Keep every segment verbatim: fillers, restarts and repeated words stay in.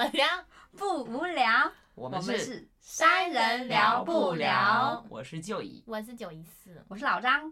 聊不无聊， 我们是三人聊不聊。 我是就乙， 我是九一四， 我是老张。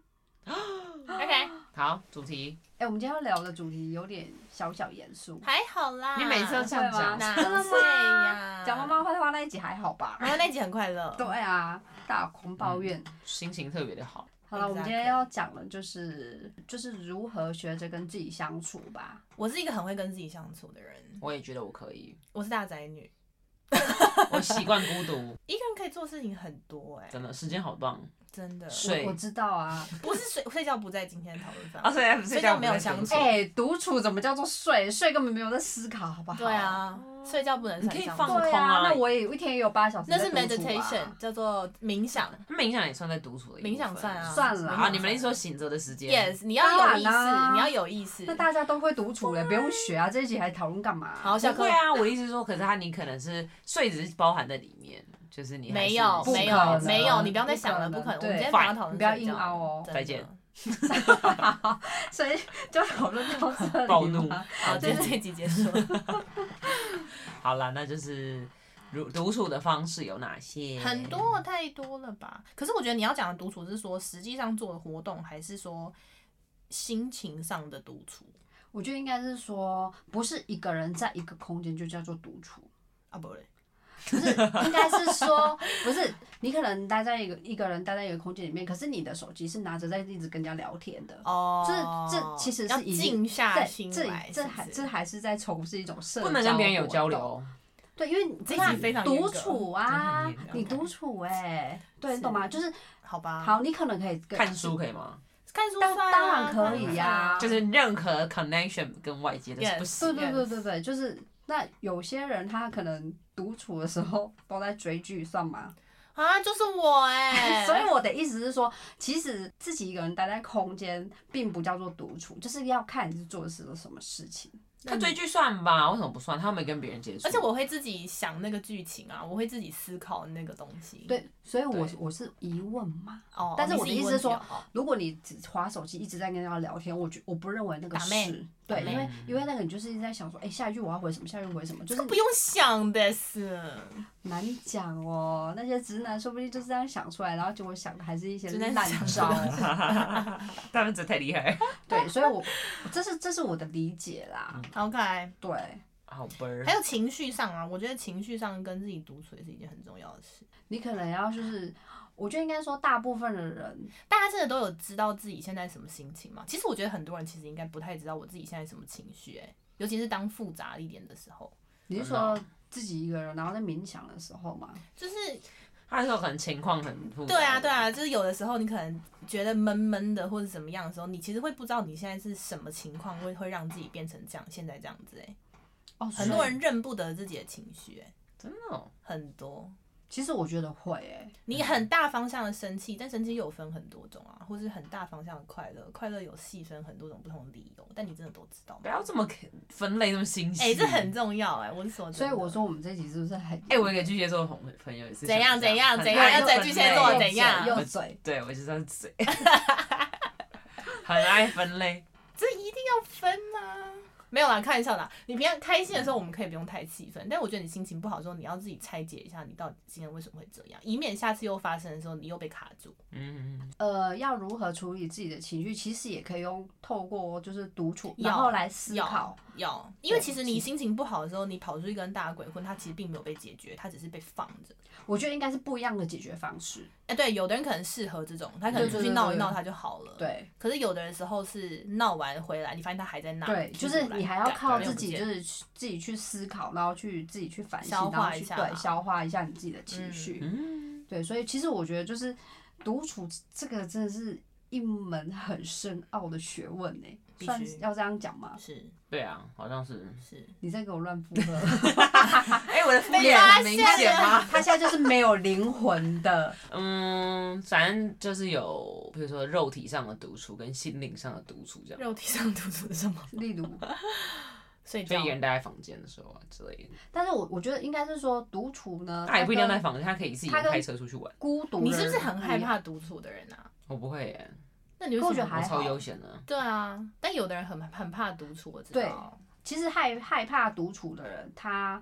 OK， 好，主题。 哎、欸，我们今天要聊的主题有点小小严肃， 还好啦。 你每次都这样讲， 真的吗？ 讲妈妈坏话那一集还好吧？ 妈妈那一集很快乐。 对啊，大狂抱怨、 嗯，心情特别的好。 好了， exactly. 我们今天要讲的就是就是如何学着跟自己相处吧。 我是一个很会跟自己相处的人， 我也觉得我可以。 我是大宅女， 我习惯孤独。 一个人可以做事情很多哎、欸， 真的，时间好棒。 真的， 睡我, 我知道啊， 不是睡睡觉不在今天的讨论范围。啊，睡觉睡觉没有相处。 哎、欸，独处怎么叫做睡？睡根本没有在思考，好不好？ 对啊，睡觉不能你可以放空啊。 啊， 那我也一天也有八小时、啊。 那是 meditation， 叫做冥想。 冥想也算在独处的一部分。 冥想算啊， 算了啊。你们是说醒着的时间 ？Yes， 你要有意识， 啊、 你要有意识。 那大家都会独处了，不用学啊。这一集还讨论干嘛？ 好，下课。 对啊，我意思是说，可是他你可能是睡只是包含在里面。就是你没有没有没有，你不要再想了，不可能。我们今天不要讨论， 你不要硬凹哦。 再见。 所以就讨论到这里。 暴怒。 好，今天这集结束。 好啦，那就是独处的方式有哪些？ 很多，太多了吧？可是我觉得你要讲的独处是说实际上做的活动，还是说心情上的独处？ 我觉得应该是说，不是一个人在一个空间就叫做独处啊，不对。 不是，应该是说，不是你可能待在一个一个人待在一个空间里面，可是你的手机是拿着在一直跟人家聊天的。 哦， 这这其实是已经静下心来， 这这还这还是在从事一种社交， 不能跟别人有交流。 对，因为你自己非常独处啊，你独处哎、欸，对，你懂吗？就是好吧， 好，你可能可以看书，可以吗？ 看书当当然可以呀、啊， 就是任何 connection 跟外界的是不行。 对对对对对，就是那有些人他可能独处的时候都在追剧，算吗？ 啊，就是我哎、 欸，所以我的意思是说，其实自己一个人待在空间，并不叫做独处，就是要看你是做的是什么事情。 他追剧算吧？为什么不算？他没跟别人接触。 而且我会自己想那个剧情啊，我会自己思考那个东西。 对，所以我我是疑问嘛。 哦。 但是我的意思是说， 哦、 如果你只滑手机一直在跟人家聊天，我觉我不认为那个是。对，因为因为那个你就是一直在想说，哎、欸，下一句我要回什么？下一句回什么？就是不用想的是。 难讲哦，那些直男说不定就是这样想出来，然后结果想的还是一些烂招。 他们真太厉害。 对，所以我这是这是我的理解啦。 OK。 对。 好吧。 还有情绪上啊，我觉得情绪上跟自己独处也是一件很重要的事。 你可能要就是。我觉得应该说，大部分的人， 大家真的都有知道自己现在什么心情吗？其实我觉得很多人其实应该不太知道我自己现在什么情绪，哎，尤其是当复杂一点的时候。 你是说自己一个人，然后在冥想的时候吗？ 就是， 他说可能情况很复杂。 对啊，对啊，就是有的时候你可能觉得闷闷的或者怎么样的时候，你其实会不知道你现在是什么情况会会让自己变成这样，现在这样子，哎，哦，很多人认不得自己的情绪，哎， 真的、哦， 很多。 其实我觉得会诶、欸， 你很大方向的生气，但生气又有分很多种啊，或是很大方向的快乐，快乐有细分很多种不同的理由，但你真的都知道吗？ 不要这么分类这么精细。 哎、欸，这很重要哎、欸，我是说。 所以我说我们这集是不是很？ 哎、欸，我有一个巨蟹座的朋友也是。 怎样怎样怎样？要嘴巨蟹座怎样？ 又嘴。 对，我就是要嘴。很爱分类。 这一定要分吗？没有啦，开玩笑啦。你平常开心的时候，我们可以不用太气愤，但我觉得你心情不好的时候，你要自己拆解一下，你到底今天为什么会这样，以免下次又发生的时候，你又被卡住。 嗯嗯。 呃，要如何处理自己的情绪，其实也可以用透过就是独处，然后来思考。 要，因为其实你心情不好的时候，你跑出去跟大鬼混，它其实并没有被解决，它只是被放着。 我觉得应该是不一样的解决方式。 哎、欸，对，有的人可能适合这种，他可能出去闹一闹他就好了。 对。 可是有的时候是闹完回来，你发现他还在那。 对，就是你还要靠自己，就是自己去思考，然后去自己去反省， 消化一下， 对，消化一下你自己的情绪。 嗯。 对，所以其实我觉得就是独处这个真的是一门很深奥的学问呢、欸。算要这样讲吗？ 是， 对啊，好像是。 是， 你在给我乱附和。 哎、欸，我的敷衍很明显吗？ 他现在就是没有灵魂的。 嗯，反正就是有，比如说肉体上的独处跟心灵上的独处这样。 肉体上的独处是什么？ 例如， 睡觉。 就一个人待在房间的时候啊之类的。 但是我我觉得应该是说独处呢， 他也不一定要在房间，他可以自己开车出去玩。 孤独。 你是不是很害怕独处的人啊？ 我不会耶。 那你为什么？ 我觉得还好。 我超悠闲的。 对啊，但有的人很很怕独处，我知道。 对，其实害害怕独处的人，他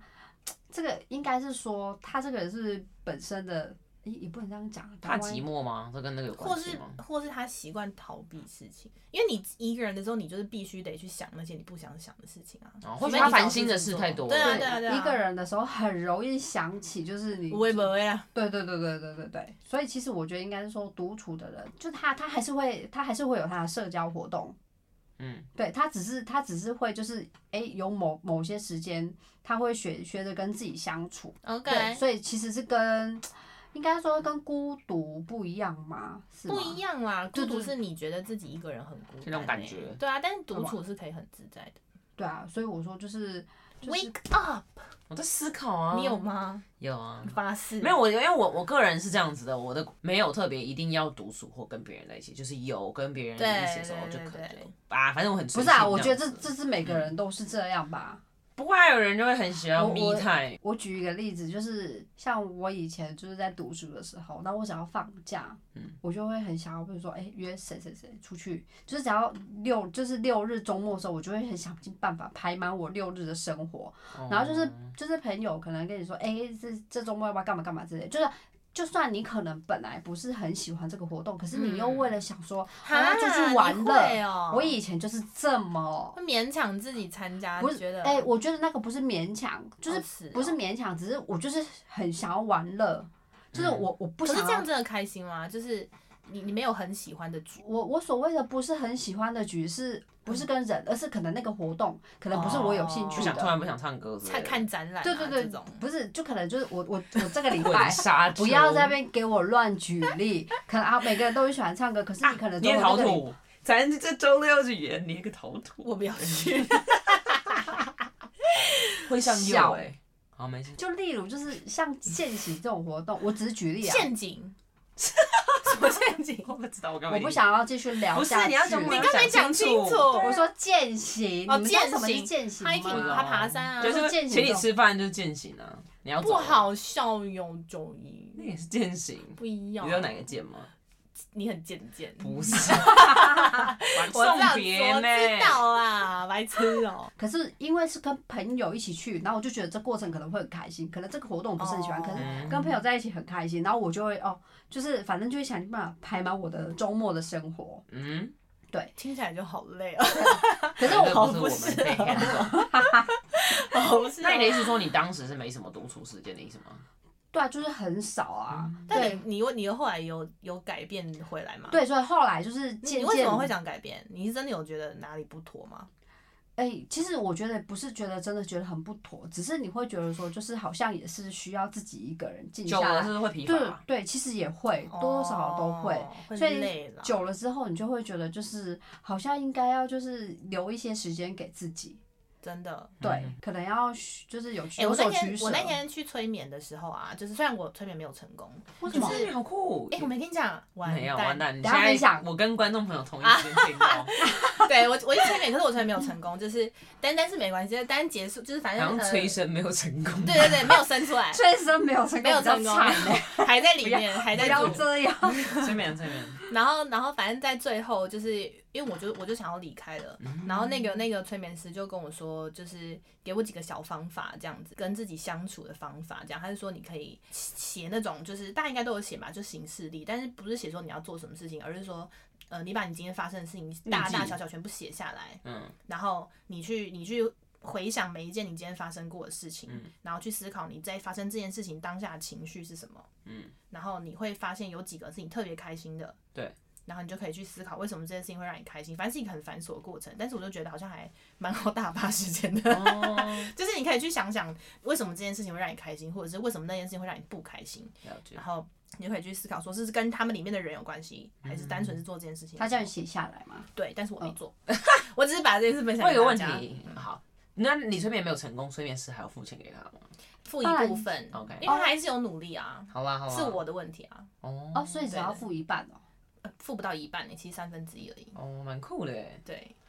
这个应该是说他这个人是本身的，也也不能这样讲。 怕寂寞吗？这跟那个有或是关系吗？ 或是他习惯逃避事情，因为你一个人的时候，你就是必须得去想那些你不想想的事情啊。 哦，或许他烦心的事太多了。 对啊对啊对啊。 一个人的时候很容易想起，就是你。 无为不为啊。 对对对对对对对，所以其实我觉得应该是说，独处的人，就他他还是会他还是会有他的社交活动。 嗯， 对他只是他只是会就是哎、欸、有某某些时间他会学学着跟自己相处。 OK。 对，所以其实是跟应该说跟孤独不一样吗？是吗？ 不一样啦，孤独是你觉得自己一个人很孤单、欸， 那种感觉。 对啊，但是独处是可以很自在的。 对啊，所以我说就是。就是、 Wake up！ 我在思考啊。 你有吗？ 有啊。 发誓。 没有我，因为我我个人是这样子的，我的没有特别一定要独处或跟别人在一起，就是有跟别人一起的时候就可以了。啊，反正我很不是啊，我觉得这这是每个人都是这样吧。 不过还有人就会很喜欢 me time。 我举一个例子，就是像我以前就是在读书的时候，然后我想要放假，嗯、我就会很想要，比如说，哎、欸，约谁谁谁出去，就是只要六就是六日周末的时候，我就会很想尽办法排满我六日的生活。哦、然后就是就是朋友可能跟你说，哎、欸，这这周末要不要干嘛干嘛之类，就是。就算你可能本来不是很喜欢这个活动，可是你又为了想说，我要出去玩乐、 哦， 我以前就是这么会勉强自己参加， 不是觉得， 哎、欸，我觉得那个不是勉强，就是不是勉强，只是我就是很想要玩乐，就是我我不想。 可是这样真的开心吗？就是你你没有很喜欢的局， 我我所谓的不是很喜欢的局是。不是跟人，而是可能那个活动，可能不是我有兴趣的。 不想突然不想唱歌之类的。 看看展览、啊。 对对对， 这种不是，就可能就是我我我这个礼拜不要在那边给我乱举例。可能啊，每个人都喜欢唱歌，可是你可能捏陶土，咱这周六要去演捏个陶土。 我不要去。 会上药哎。好，没事。 就例如就是像践行这种活动，我只是举例啊。 陷阱。什么陷阱？ 我不知道，我刚我不想要继续聊下去。 不是，你要讲， 你刚才讲清楚。 我说践行， 哦， 践行，什么是践行 ？hiking，他爬山啊。 就是请你吃饭就是践行啊，你要不好笑哟，周一。 那也是践行。 不一样。 你知道哪个践吗？ 你很贱贱。 不是。 我送别呢。知道啦，白痴哦。 可是因为是跟朋友一起去，然后我就觉得这过程可能会很开心，可能这个活动我不是很喜欢，可是跟朋友在一起很开心，然后我就会哦，就是反正就会想办法排满我的周末的生活。嗯，对， 听起来就好累啊。 可是我好不是我们可以 handle。 不是。 那你的意思说你当时是没什么独处时间的意思吗？ 对啊，就是很少啊。 嗯、但你你你后来有有改变回来吗？ 对，所以后来就是渐渐。 你为什么会想改变？你是真的有觉得哪里不妥吗？ 哎、欸，其实我觉得不是觉得真的觉得很不妥，只是你会觉得说，就是好像也是需要自己一个人静下来。 久了是会疲乏。 对对，其实也会多多少少都会， 哦、 所以久了之后，你就会觉得就是好像应该要就是留一些时间给自己。 真的， 对，嗯、可能要就是有欸、 有所取舍。 我那天去催眠的时候啊，就是虽然我催眠没有成功， 为什么？ 就是好酷！ 哎、欸，我没跟你讲， 没有完蛋，你等下分享。 我跟观众朋友同一时间听到。 对我，我一催眠，可是我催眠没有成功，就是但但是没关系，但结束就是反正。 好像催生没有成功。 对对对，没有生出来。 催生没有成功， 没有成功，还在里面，还在。 不要这样。 催眠催眠。 然后然后反正在最后就是。因为我就我就想要离开了，然后那个那个催眠师就跟我说，就是给我几个小方法，这样子跟自己相处的方法，这样他是说你可以写那种，就是大家应该都有写嘛，就行事历，但是不是写说你要做什么事情，而是说，呃，你把你今天发生的事情大大小小全部写下来，嗯，然后你去你去回想每一件你今天发生过的事情，嗯，然后去思考你在发生这件事情当下的情绪是什么，嗯，然后你会发现有几个是你特别开心的， 对。 然后你就可以去思考为什么这件事情会让你开心，反正是一个很繁琐的过程，但是我就觉得好像还蛮好打发时间的，哦、就是你可以去想想为什么这件事情会让你开心，或者是为什么那件事情会让你不开心，然后你就可以去思考说是跟他们里面的人有关系，还是单纯是做这件事情。 他叫你写下来吗？ 对，但是我没做，嗯、我只是把这件事分享给大家。 我有个问题，好，那你催眠没有成功，催眠师还要付钱给他吗？ 付一部分 ，OK， 因为他还是有努力啊。 好啦好啦， 是我的问题啊。 哦哦，所以只要付一半哦。 付不到一半，其实三分之一而已。 哦，蛮酷的。 对， 好，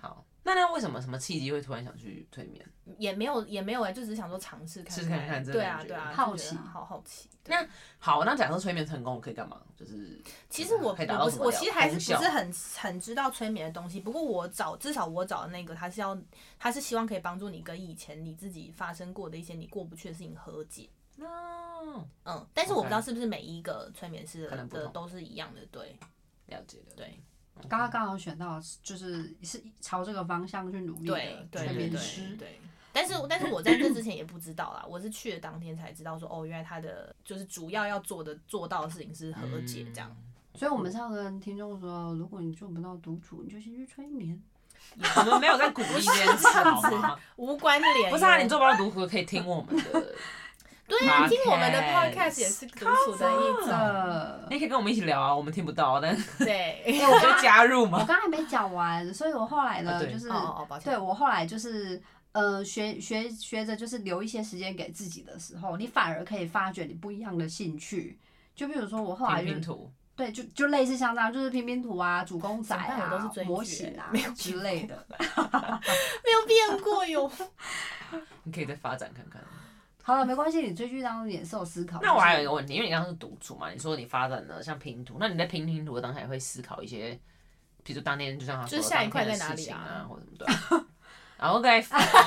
那那为什么什么契机会突然想去催眠？ 也没有也没有哎、欸，就只是想说尝试看试看看， 对啊对啊， 好奇， 好好奇。 那好，那假设催眠成功可以干嘛？就是其实我可以达到什么我我其实还是不是很很知道催眠的东西，不过我找至少我找的那个，他是要他是希望可以帮助你跟以前你自己发生过的一些你过不去的事情和解。 哦， 嗯，但是我不知道是不是每一个催眠师的的都是一样的，对， 了解的， 对。 刚刚刚好选到，就是是朝这个方向去努力的催眠师。 对，但是但是我在这之前也不知道啦，我是去的当天才知道说，哦，原来他的就是主要要做的做到的事情是和解这样。 嗯、所以我们是要跟听众说，如果你做不到独处，你就先去催眠。 我们没有在鼓励这件事，好吗？ 无关联。 不是啊，你做不到独处可以听我们的。 对啊，听我们的 podcast 也是独处的一种。 你可以跟我们一起聊啊，我们听不到，但对， 欸、我就加入嘛。 我刚才还没讲完，所以我后来呢， 啊、 就是、 哦哦、 对我后来就是呃学学学着就是留一些时间给自己的时候，你反而可以发掘你不一样的兴趣。就比如说我后来就拼拼图， 对，就就类似像这样，就是拼拼图啊、主公仔啊、 都是模型啊之类的， 没有变过哟。 你可以再发展看看。 好了，没关系，你追剧当中也是有思考。 那我还有一个问题，因为你刚刚是独处嘛，你说你发展了像拼图，那你在拼拼图的当下也会思考一些，比如当天就像他说的， 就是下一块在哪里啊，或者什么的。OK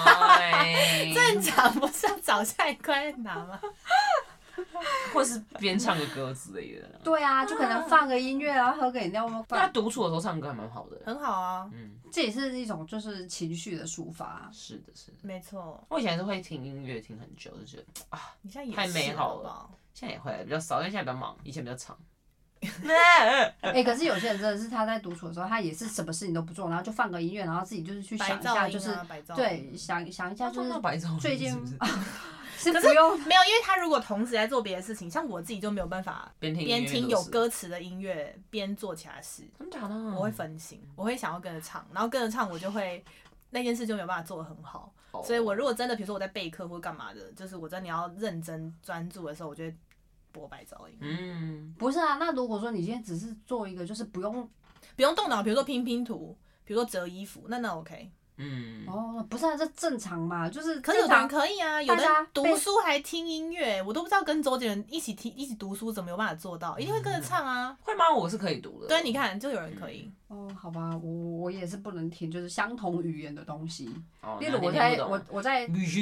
fine。 正常不是要找下一块在哪吗？ 或是边唱个歌之类的。 对啊，就可能放个音乐，然后喝个饮料。 那独处的时候唱歌还蛮好的。 很好啊， 嗯， 这也是一种就是情绪的抒发。 是的，是的， 没错。 我以前是会听音乐听很久，就觉得啊， 你现在也太美好了。 了。现在也会比较少，因为现在比较忙，以前比较长。 哎、欸，可是有些人真的是他在独处的时候，他也是什么事情都不做，然后就放个音乐，然后自己就是去想一下，就是、 啊、 对想想一下，就是最近。 是是可是没有，因为他如果同时在做别的事情，像我自己就没有办法边听边听有歌词的音乐边做其他事。 真的假的？ 我会分心，我会想要跟着唱，然后跟着唱我就会那件事就没有办法做得很好。Oh. 所以我如果真的比如说我在备课或干嘛的，就是我真的要认真专注的时候，我就会播白噪音。 嗯， 不是啊，那如果说你今天只是做一个就是不用不用动脑，比如说拼拼图，比如说折衣服，那那 OK。 嗯， 哦，不是啊，这正常嘛，就是可是有的人可以啊，有的人读书还听音乐，我都不知道跟周杰伦一起听一起读书怎么有办法做到，一定会跟着唱啊。 会吗？我是可以读的。 对，你看，就有人可以。 哦，好吧，我我也是不能听，就是相同语言的东西。 哦， 例如我在我我在。 你自己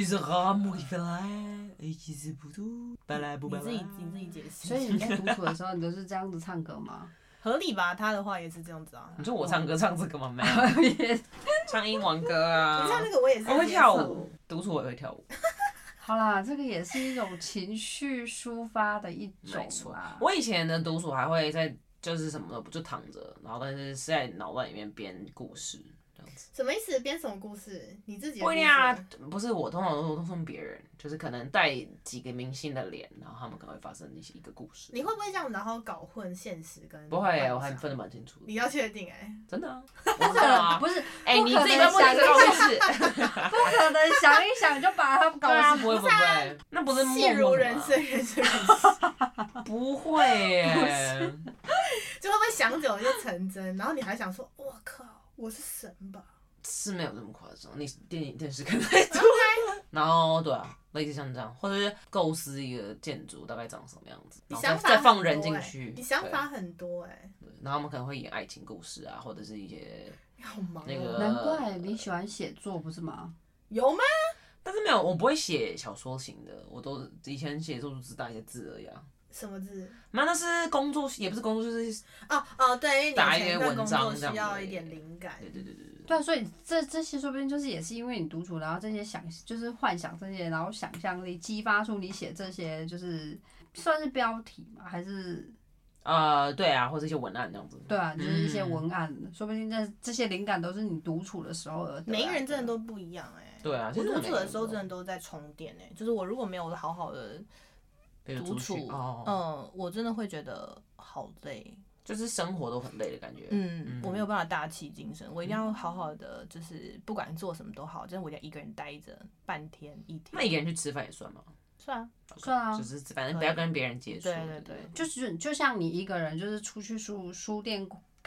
你自己解释。 所以你在独处的时候，你都是这样子唱歌吗？ 合理吧，他的话也是这样子啊。 你说我唱歌唱这个吗？没有，唱英文歌啊。 你唱那个我也是。 我会跳舞，独处我也会跳舞。 好啦，这个也是一种情绪抒发的一种啦。 我以前的独处还会在就是什么都不就躺着，然后但是是在脑袋里面编故事。 什么意思？编什么故事？你自己的故事？ 不一定啊，不是我，通常都都送别人，就是可能带几个明星的脸，然后他们可能会发生一些一个故事。 你会不会这样，然后搞混现实跟？ 不会，我还分得蛮清楚的。 你要确定哎、欸？ 真的啊？ 不可能，不是， 哎、欸，你自己都不想这个故事， 不可能想一想就把它搞死。不会不会，那不是梦戏如人生，人生如戏。 不会耶， 就会不会想久了就成真，然后你还想说，我靠，我是神吧？ 是没有那么夸张，你电影电视看太多。然后对啊，类似像这样，或者是构思一个建筑大概长什么样子，然后再放人进去。 你想法很多哎、欸。 对，然后他们可能会演爱情故事啊，或者是一些好忙、喔、 那个。 难怪你喜欢写作不是吗？ 有吗？ 但是没有，我不会写小说型的，我都以前写作就只打一些字而已啊。 什么字？ 那那是工作，也不是工作，就是哦哦，对，因为打一些文章需要一点灵感。 对对对对对。 对啊，所以这这些说不定就是也是因为你独处，然后这些想就是幻想这些，然后想象力激发出你写这些，就是算是标题嘛，还是？ 呃，对啊，或者一些文案这样子。 对啊，就是一些文案，嗯、说不定这这些灵感都是你独处的时候而得。 每个人真的都不一样哎、欸。 对啊， 我独处的时候真的都在充电哎、欸，就是我如果没有好好的独处， 哦、 嗯，我真的会觉得好累。 就是生活都很累的感觉。 嗯，嗯我没有办法打起精神，我一定要好好的，就是不管做什么都好，真的我一定要一个人待着半天一天。 那一个人去吃饭也算吗？ 算啊， 算啊， 就是反正不要跟别人接触。 对对对， 就是就像你一个人，就是出去书书店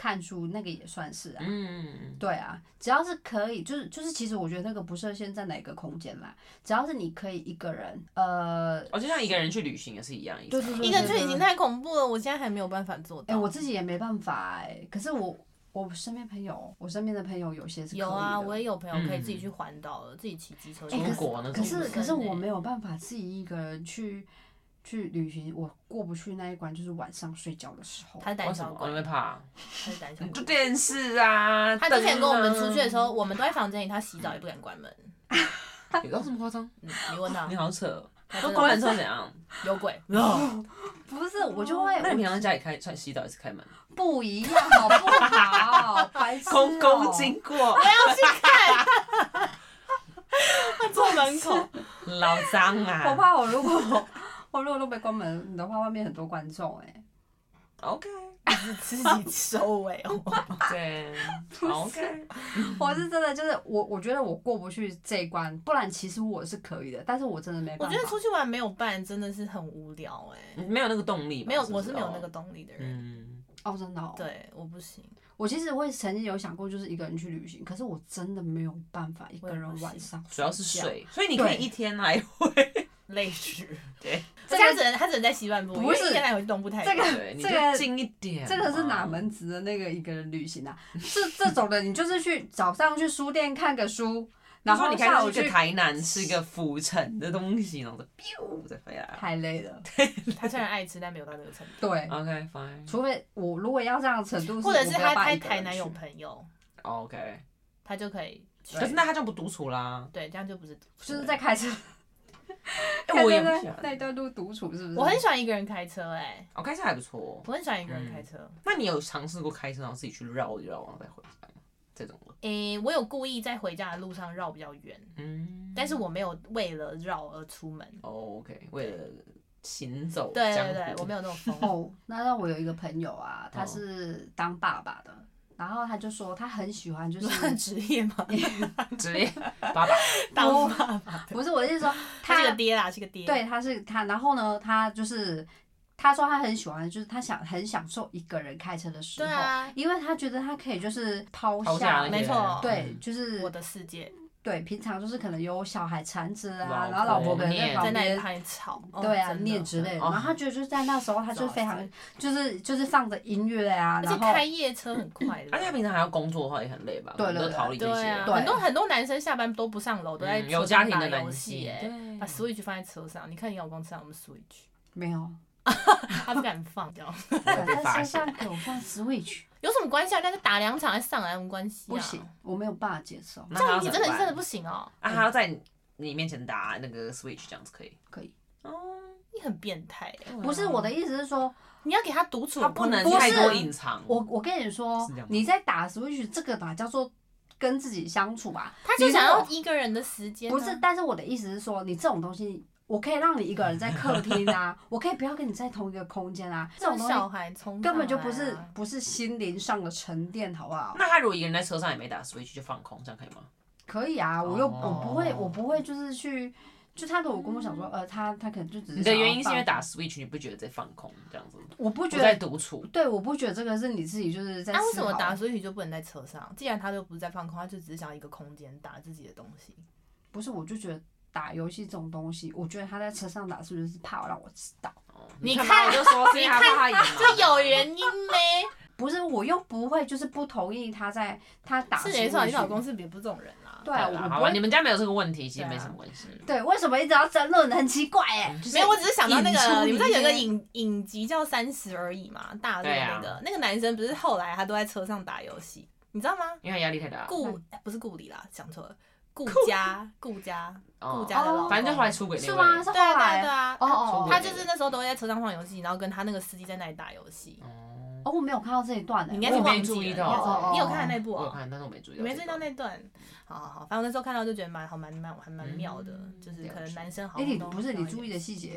看书那个也算是啊。 嗯， 对啊，只要是可以，就是就是，其实我觉得那个不设限在哪个空间啦，只要是你可以一个人，呃， 哦，就像一个人去旅行也是一样意思。 对对对一个人去旅行太恐怖了，我现在还没有办法做到。 哎、欸，我自己也没办法哎、欸，可是我。我身边朋友，我身边的朋友有些是可以的。 有啊，我也有朋友可以自己去环岛了，嗯、自己骑机车出国那种。 可是可是我没有办法自己一个人去去旅行，我过不去那一关，就是晚上睡觉的时候。 他是胆小鬼， 我会怕。 他是胆小鬼。 就电视啊。 他之前跟我们出去的时候，我们都在房间里，他洗澡也不敢关门。 有这么夸张？ 嗯，你问他。 你好扯。都关门之后怎样？ 有鬼。 不是，我就会。 那你平常在家里开穿洗澡也是开门？ 不一样，好不好？白痴、喔。 公公经过， 我要去看。他坐门口， 老脏啊！ 我怕我如果我如果都没关门的话，外面很多观众哎、欸。 OK。 是自己收尾哦。 对。OK。 我是真的就是我，我觉得我过不去这一关，不然其实我是可以的，但是我真的没办法。 我觉得出去玩没有伴真的是很无聊哎、 欸，没有那个动力吧。 没有，我是没有那个动力的人。 嗯。 哦，真的、哦。 对，我不行。 我其实会曾经有想过，就是一个人去旅行，可是我真的没有办法一个人晚上。 主要是睡，所以你可以一天来回。 累死。 对。 这他只能他只能在西半部， 不是一天来回东部太这个这个近一点。 这个是哪门子的那个一个人旅行啊？这这种的，你就是去早上去书店看个书。然后下午去台南吃个府城的东西，然后再 biu 再飞来。 太累了。 他虽然爱吃，但没有到那个程度。 对。 OK fine。 除非我如果要这样的程度， 或者是他在台南有朋友。 OK。 他就可以。 可是那他就不独处啦。 对，这样就不是独处。 就是在开车。 我也不喜欢那一段路独处是不是？ 我很喜欢一个人开车哎、欸。 哦，开车还不错。 我很喜欢一个人开车。 嗯、那你有尝试过开车然后自己去绕一绕然后再回家吗？这种的。 诶、欸，我有故意在回家的路上绕比较远， 嗯， 但是我没有为了绕而出门。 哦 ，OK， 为了行走。 对对对，我没有那种疯。 哦，那让我有一个朋友啊，他是当爸爸的，然后他就说他很喜欢就是职业吗？ 职业爸爸， 当爸爸。 不是，我是说他是个爹啦，是个爹。 对，他是他，然后呢，他就是。他说他很喜欢，就是他想很享受一个人开车的时候， 对啊， 因为他觉得他可以就是抛下， 没错， 对，就是我的世界。 对，平常就是可能有小孩缠着啊，然后老婆可能在旁边在吵， 对啊，念之类的。然后他觉得就是在那时候，他就非常就是就是放着音乐啊，然后开夜车很快乐。 而且他平常还要工作的话也很累吧？ 对对对， 对啊，很多很多男生下班都不上楼，都在有家庭的游戏，哎，把 Switch 放在车上。你看你老公车上有没有 Switch？ 没有。 他不敢放掉。 他身上给我放 Switch， 有什么关系啊？但是打两场再上来有什么关系啊？ 不行，我没有办法接受。 这样你真的真的不行哦。 啊，他要在你面前打那个 Switch， 这样子可以？ 可以。 哦，你很变态。 不是，我的意思是说， 你要给他独处， 他不能太多隐藏。 我我跟你说，你在打 Switch 这个哪叫做跟自己相处吧？ 他就想要一个人的时间。 不是，但是我的意思是说，你这种东西。我可以让你一个人在客厅啊，我可以不要跟你在同一个空间啊，这种东西根本就不是不是心灵上的沉淀，好不好？ 那他如果一个人在车上也没打 Switch 就放空，这样可以吗？ 可以啊，我又我不会我不会就是去，就他如果跟我讲说，呃，他他可能就只是你的原因是因为打 Switch 你不觉得在放空这样子？ 我不觉得在独处。 对，我不觉得这个是你自己就是在思考。 那为什么打 Switch 就不能在车上？既然他都不是在放空，他就只是想要一个空间打自己的东西。 不是，我就觉得。打游戏这种东西，我觉得他在车上打是不是怕让我知道？ 你看， 我就说是他怕他演嘛， 这有原因咩？ 不是，我又不会就是不同意他在他打。 是没错，你老公是也不是这种人啊。 对啊，我好吧，你们家没有这个问题，其实没什么关系。 对，为什么一直要争论？很奇怪哎。 没有，我只是想到那个，你们知道有个影影集叫《三十而已》嘛？大陆那个那个男生不是后来他都在车上打游戏，你知道吗？ 因为他压力太大。 顾不是顾里啦，讲错了。顾家，顾家，顾家的老公， 反正就后来出轨那位。 是吗？是后来。 对啊， 哦哦。 他就是那时候都会在车上放游戏，然后跟他那个司机在那里打游戏。 哦，我没有看到这一段你应该是忘记了。 你有看那部哦？我有看，但是我没注意到。 你没注意到那段？好好好，反正那时候看到就觉得蛮好，蛮蛮还蛮妙的，就是可能男生好像都。 不是你注意的细节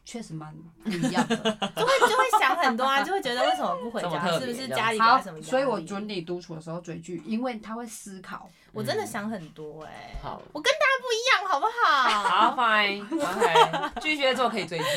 确实蛮不一样的， 就会就会想很多啊，就会觉得为什么不回家？是不是家里给他什么压力？ 所以我准你独处的时候追剧，因为他会思考。 我真的想很多哎、欸， 好， 我跟大家不一样，好不好？ 好 ，fine，OK， 巨蟹座可以追剧，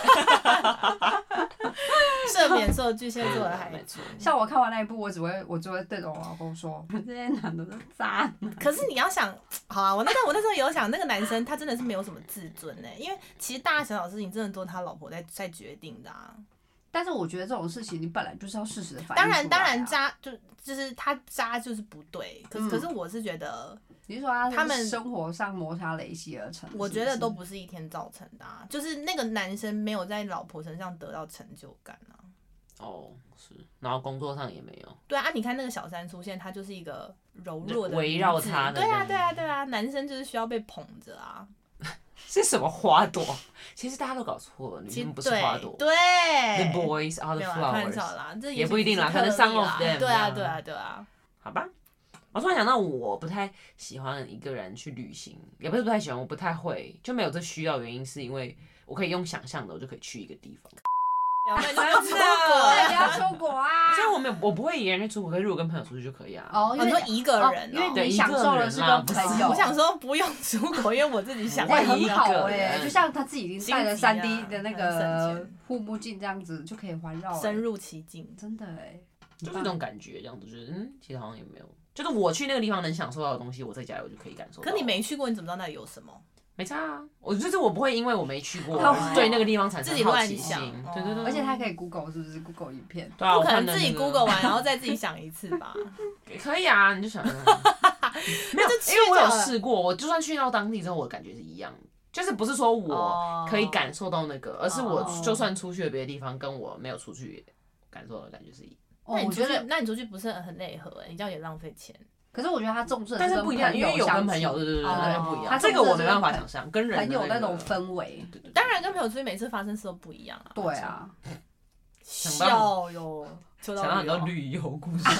赦免所有巨蟹座的孩子。 像我看完那一部，我只会我只会对着我老公说，这些男的都渣男。 可是你要想，好啊，我那个我那时候有想，那个男生他真的是没有什么自尊哎、欸，因为其实大大小小事情真的都是他老婆在在决定的啊。 但是我觉得这种事情你本来就是要适时的反应、啊。 当然当然渣就就是他渣就是不对，可是、嗯、可是我是觉得， 你是说他们生活上摩擦累积而成？ 我觉得都不是一天造成的、啊，就是那个男生没有在老婆身上得到成就感啊。 哦，是，然后工作上也没有。 对啊，你看那个小三出现，他就是一个柔弱的围绕他的。 对啊对啊对啊，男生就是需要被捧着啊。 是什么花朵？其实大家都搞错了，女生不是花朵。 对 ，The boys are the flowers。 啦，这也不一定啦，可能 some of them。 对啊，对啊，对啊。 好吧，我突然想到，我不太喜欢一个人去旅行，也不是不太喜欢，我不太会，就没有这需要。原因是因为我可以用想象的，我就可以去一个地方。 真的，不要出国啊！ 所以我没有，我不会一个人去出国，可是如果跟朋友出去就可以啊。 哦， 你说一个人、喔， 因为你享受的是跟朋友。 我想说不用出国，因为我自己想会很好哎、欸，就像他自己已经带了三 D 的那个护目镜这样子，就可以环绕、欸， 深入其境， 真的哎、欸， 就是这种感觉，这样子就是嗯，其实好像也没有，就是我去那个地方能享受到的东西，我在家里我就可以感受到。 可你没去过，你怎么知道那里有什么？ 没差啊，我就是我不会因为我没去过，对那个地方产生好奇心。对对对， 而且他可以 Google 是不是 Google 影片？ 对啊， 不可能自己 Google 完然后再自己想一次吧？ 可以啊，你就想。没有，因为我有试过，我就算去到当地之后，我的感觉是一样的，就是不是说我可以感受到那个，而是我就算出去了别的地方，跟我没有出去感受到的感觉是一样。 那你出去，那你出去不是很内核哎？你这样也浪费钱。 可是我觉得他重视的是跟朋友相处，但是不一样，因为有跟朋友，对对对，那就不一样。这个我没办法想象，跟人很有那种氛围。 当然跟朋友出去，每次发生事都不一样啊。 对啊。 笑哟，想到很多旅游故事，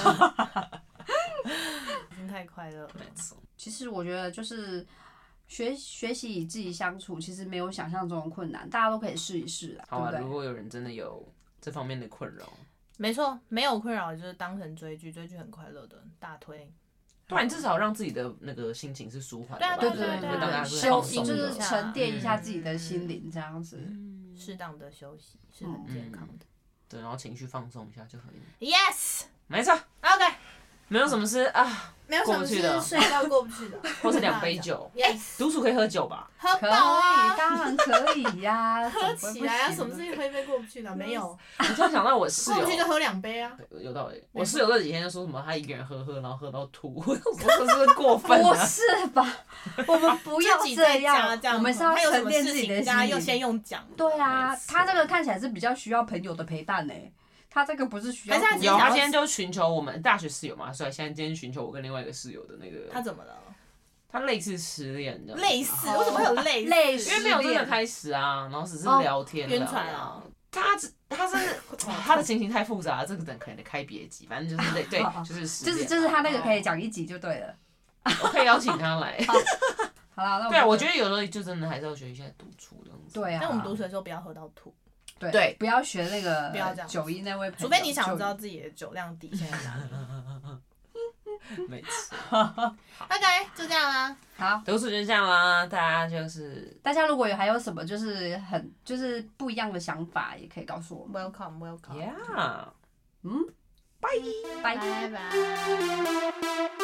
心态快乐。 其实我觉得就是学学习与自己相处，其实没有想象中的困难，大家都可以试一试啊。 好啊，如果有人真的有这方面的困扰， 没错，没有困扰就是当成追剧，追剧很快乐的，大推。 对，你至少让自己的那个心情是舒缓的。 对啊，对对对对， 休息就是沉淀一下自己的心灵，这样子。 适当的休息是很健康的。 对，然后情绪放松一下就可以。 Yes， 没错。 OK， 没有什么事啊， 没有什么事睡觉过不去的， 或是两杯酒。 Yes， 独处可以喝酒吧？ 喝饱啊， 当然可以呀， 喝起来啊，什么事情喝一杯过不去的？没有。 我突然想到我室友， 过不去就喝两杯啊。 有道理。我室友这几天就说什么他一个人喝喝，然后喝到吐，我说这是过分了。不是吧？我们不要这样，我们是要沉淀自己的心理。 又先用讲。 对啊，他这个看起来是比较需要朋友的陪伴呢。他这个不是需要， 有他今天就寻求我们大学室友嘛，所以现在今天寻求我跟另外一个室友的那个。 他怎么了？ 他类似失恋的。 类似？为什么会有类似？ 类似， 因为没有真的开始啊，然后只是聊天。 晕船啊！ 他只他是他的心情太复杂了，这个等可能得开别集，反正就是对对，就是失恋。 就是就是他那个可以讲一集就对了。 我可以邀请他来。 好了，那对啊，我觉得有时候就真的还是要学一下独处这样子。 对啊。 但我们独处的时候不要喝到吐。 对, 对，不要学那个九一那位朋友， 除非你想知道自己的酒量底线在哪里。没错。 OK， 就这样啦。 好， 独处就这样啦，大家就是。 大家如果有还有什么就是很就是不一样的想法，也可以告诉我们。 Welcome, welcome. Yeah. 嗯，拜拜拜拜。